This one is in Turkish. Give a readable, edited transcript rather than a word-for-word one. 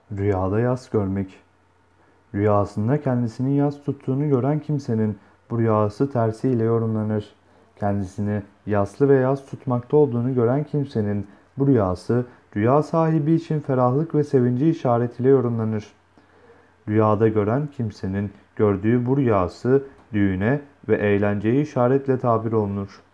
Rüyada yas görmek. Rüyasında kendisinin yas tuttuğunu gören kimsenin bu rüyası tersiyle yorumlanır. Kendisini yaslı ve yas tutmakta olduğunu gören kimsenin bu rüyası rüya sahibi için ferahlık ve sevinci işaretiyle yorumlanır. Rüyada gören kimsenin gördüğü bu rüyası düğüne ve eğlenceye işaretle tabir olunur.